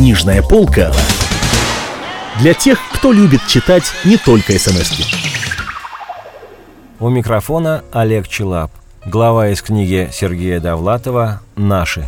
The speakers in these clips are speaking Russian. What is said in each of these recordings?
Книжная полка для тех, кто любит читать не только смс-ки. У микрофона Олег Челап. Глава из книги Сергея Довлатова «Наши».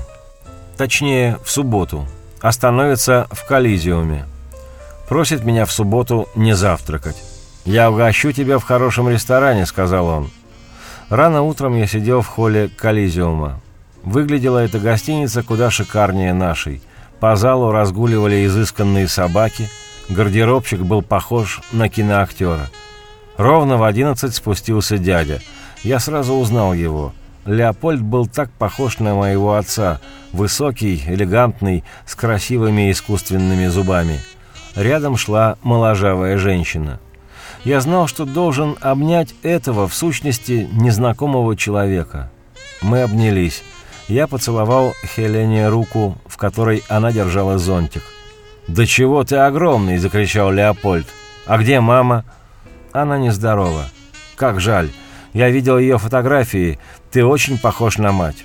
Точнее, в субботу. Остановится в Колизиуме. Просит меня в субботу не завтракать. «Я угощу тебя в хорошем ресторане», — сказал он. Рано утром я сидел в холле Колизиума. Выглядела эта гостиница куда шикарнее нашей. По залу разгуливали изысканные собаки. Гардеробщик был похож на киноактера. Ровно в 11 спустился дядя. Я сразу узнал его. Леопольд был так похож на моего отца. Высокий, элегантный, с красивыми искусственными зубами. Рядом шла моложавая женщина. Я знал, что должен обнять этого, в сущности, незнакомого человека. Мы обнялись. Я поцеловал Хелене руку, в которой она держала зонтик. «Да чего ты огромный!» — закричал Леопольд. «А где мама?» «Она нездорова». «Как жаль. Я видел ее фотографии. Ты очень похож на мать».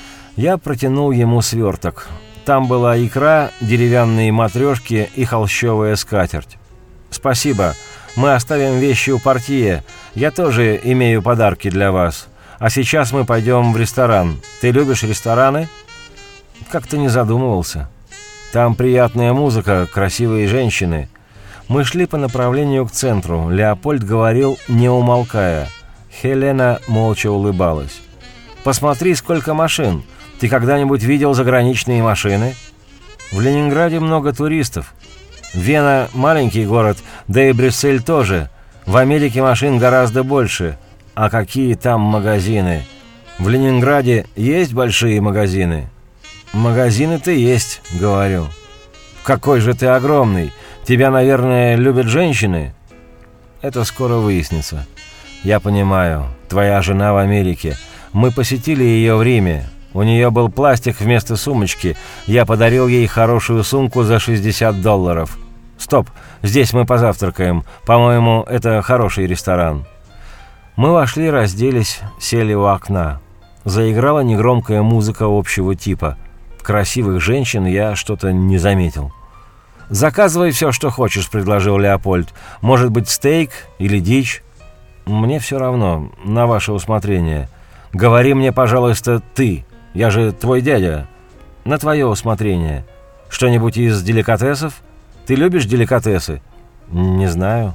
Я протянул ему сверток. Там была икра, деревянные матрешки и холщовая скатерть. «Спасибо. Мы оставим вещи у портье. Я тоже имею подарки для вас. А сейчас мы пойдем в ресторан. Ты любишь рестораны?» Как-то не задумывался. Там приятная музыка, красивые женщины. Мы шли по направлению к центру. Леопольд говорил, не умолкая. Хелена молча улыбалась. «Посмотри, сколько машин. Ты когда-нибудь видел заграничные машины?» «В Ленинграде много туристов. Вена – маленький город, да и Брюссель тоже. В Америке машин гораздо больше. А какие там магазины? В Ленинграде есть большие магазины?» «Магазины-то есть», — говорю. «Какой же ты огромный! Тебя, наверное, любят женщины?» «Это скоро выяснится. Я понимаю. Твоя жена в Америке. Мы посетили ее в Риме. У нее был пластик вместо сумочки. Я подарил ей хорошую сумку за $60. Стоп, здесь мы позавтракаем. По-моему, это хороший ресторан». Мы вошли, разделись, сели у окна. Заиграла негромкая музыка общего типа. Красивых женщин я что-то не заметил. «Заказывай все, что хочешь», — предложил Леопольд. «Может быть, стейк или дичь?» «Мне все равно, на ваше усмотрение. Говори мне, пожалуйста, ты. Я же твой дядя. На твое усмотрение. Что-нибудь из деликатесов? Ты любишь деликатесы?» «Не знаю.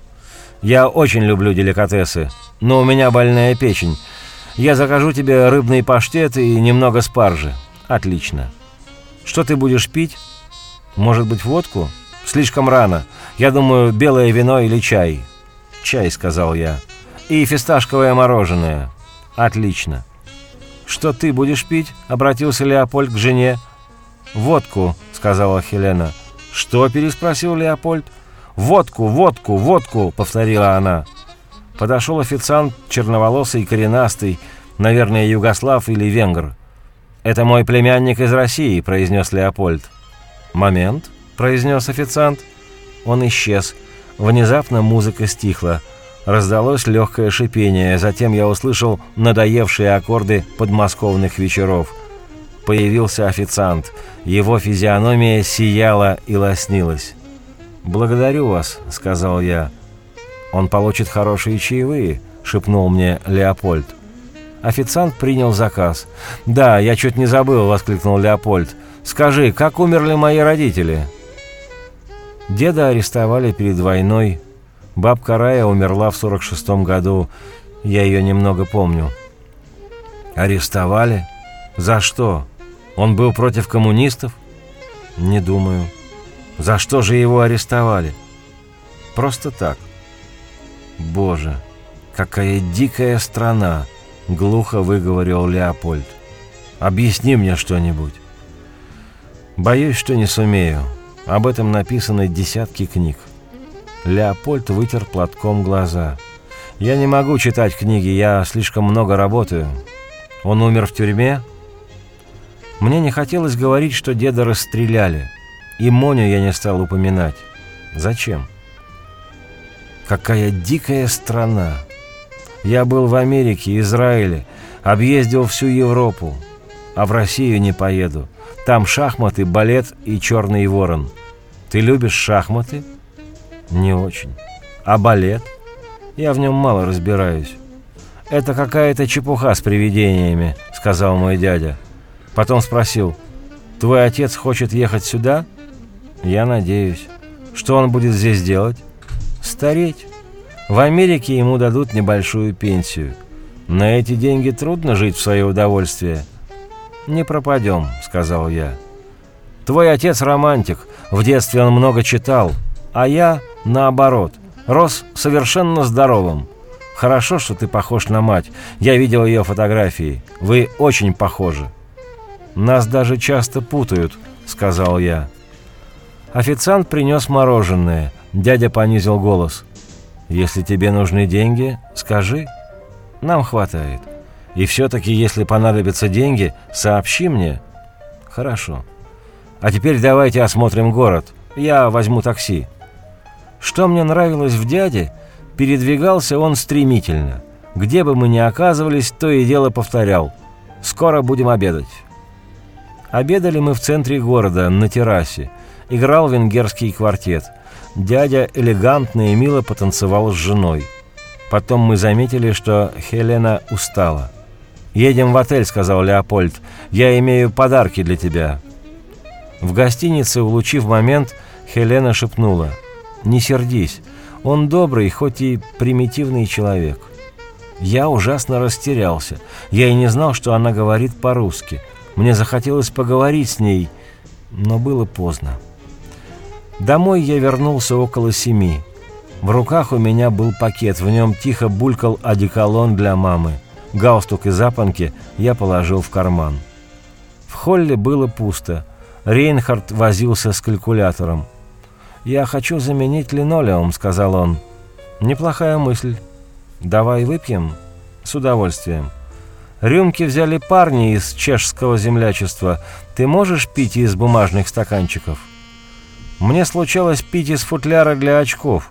Я очень люблю деликатесы, но у меня больная печень. Я закажу тебе рыбный паштет и немного спаржи». «Отлично. Что ты будешь пить? Может быть, водку? Слишком рано. Я думаю, белое вино или чай». «Чай», — сказал я. «И фисташковое мороженое». «Отлично». «Что ты будешь пить?» — обратился Леопольд к жене. «Водку», — сказала Хелена. «Что?» — переспросил Леопольд. «Водку, водку, водку», — повторила она. Подошел официант, черноволосый, коренастый, наверное, югослав или венгр. «Это мой племянник из России», — произнес Леопольд. «Момент», — произнес официант. Он исчез. Внезапно музыка стихла. Раздалось легкое шипение. Затем я услышал надоевшие аккорды подмосковных вечеров. Появился официант. Его физиономия сияла и лоснилась. «Благодарю вас», — сказал я. «Он получит хорошие чаевые», — шепнул мне Леопольд. Официант принял заказ. «Да, я чуть не забыл», — воскликнул Леопольд. «Скажи, как умерли мои родители?» Деда арестовали перед войной. Бабка Рая умерла в 46-м году. Я ее немного помню. «Арестовали? За что? Он был против коммунистов?» «Не думаю». «За что же его арестовали?» «Просто так». «Боже, какая дикая страна!» — глухо выговорил Леопольд. «Объясни мне что-нибудь». «Боюсь, что не сумею. Об этом написаны десятки книг». Леопольд вытер платком глаза. «Я не могу читать книги, я слишком много работаю». «Он умер в тюрьме?» Мне не хотелось говорить, что деда расстреляли. И Моню я не стал упоминать. Зачем? Какая дикая страна! Я был в Америке, Израиле, объездил всю Европу, а в Россию не поеду. Там шахматы, балет и черный ворон. Ты любишь шахматы? Не очень. А балет? Я в нем мало разбираюсь. Это какая-то чепуха с привидениями, сказал мой дядя. Потом спросил: твой отец хочет ехать сюда? Я надеюсь. Что он будет здесь делать? Стареть. В Америке ему дадут небольшую пенсию. На эти деньги трудно жить в свое удовольствие. Не пропадем, сказал я. Твой отец романтик. В детстве он много читал. А я, наоборот, рос совершенно здоровым. Хорошо, что ты похож на мать. Я видел ее фотографии. Вы очень похожи. Нас даже часто путают, сказал я. Официант принес мороженое. Дядя понизил голос. Если тебе нужны деньги, скажи. Нам хватает. И все-таки, если понадобятся деньги, сообщи мне. Хорошо. А теперь давайте осмотрим город. Я возьму такси. Что мне нравилось в дяде, передвигался он стремительно. Где бы мы ни оказывались, то и дело повторял: скоро будем обедать. Обедали мы в центре города, на террасе. Играл венгерский квартет. Дядя элегантно и мило потанцевал с женой. Потом мы заметили, что Хелена устала. «Едем в отель», — сказал Леопольд. «Я имею подарки для тебя». В гостинице, улучив момент, Хелена шепнула: «Не сердись, он добрый, хоть и примитивный человек». Я ужасно растерялся. Я и не знал, что она говорит по-русски. Мне захотелось поговорить с ней, но было поздно. Домой я вернулся около 7. В руках у меня был пакет, в нем тихо булькал одеколон для мамы. Галстук и запонки я положил в карман. В холле было пусто. Рейнхард возился с калькулятором. «Я хочу заменить линолеум», — сказал он. «Неплохая мысль. Давай выпьем?» «С удовольствием. Рюмки взяли парни из чешского землячества. Ты можешь пить из бумажных стаканчиков?» «Мне случалось пить из футляра для очков».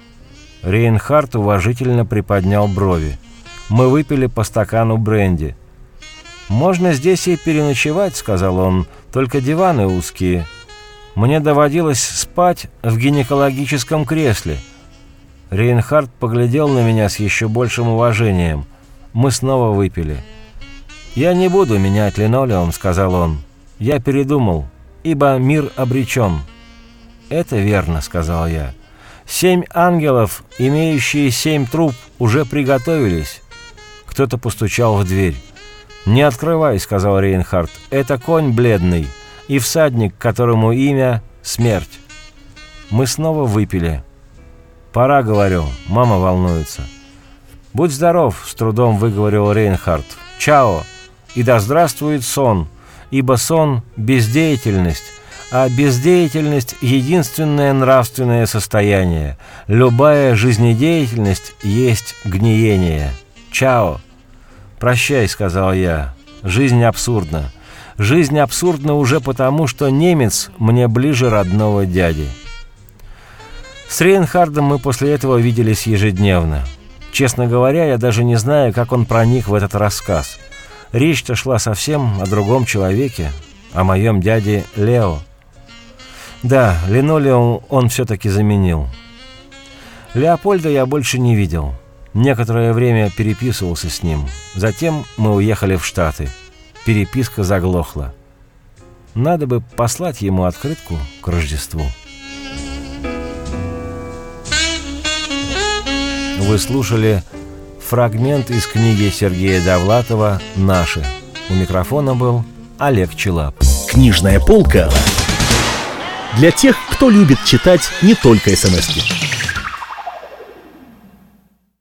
Рейнхард уважительно приподнял брови. Мы выпили по стакану бренди. «Можно здесь и переночевать», — сказал он, — «только диваны узкие. Мне доводилось спать в гинекологическом кресле». Рейнхард поглядел на меня с еще большим уважением. Мы снова выпили. «Я не буду менять линолеум», — сказал он. «Я передумал, ибо мир обречен». «Это верно», — сказал я. 7 ангелов, имеющие 7 труб, уже приготовились». Кто-то постучал в дверь. «Не открывай», — сказал Рейнхард. «Это конь бледный и всадник, которому имя — смерть». Мы снова выпили. «Пора», — говорю, мама волнуется. «Будь здоров», — с трудом выговорил Рейнхард. «Чао! И да здравствует сон, ибо сон — бездеятельность, а бездеятельность — единственное нравственное состояние. Любая жизнедеятельность есть гниение. Чао!» «Прощай», — сказал я. «Жизнь абсурдна. Жизнь абсурдна уже потому, что немец мне ближе родного дяди». С Рейнхардом мы после этого виделись ежедневно. Честно говоря, я даже не знаю, как он проник в этот рассказ. Речь-то шла совсем о другом человеке, о моем дяде Лео. Да, линолеум он все-таки заменил. Леопольда я больше не видел. Некоторое время переписывался с ним. Затем мы уехали в Штаты. Переписка заглохла. Надо бы послать ему открытку к Рождеству. Вы слушали фрагмент из книги Сергея Довлатова «Наши». У микрофона был Олег Челап. Книжная полка для тех, кто любит читать не только смс-ки.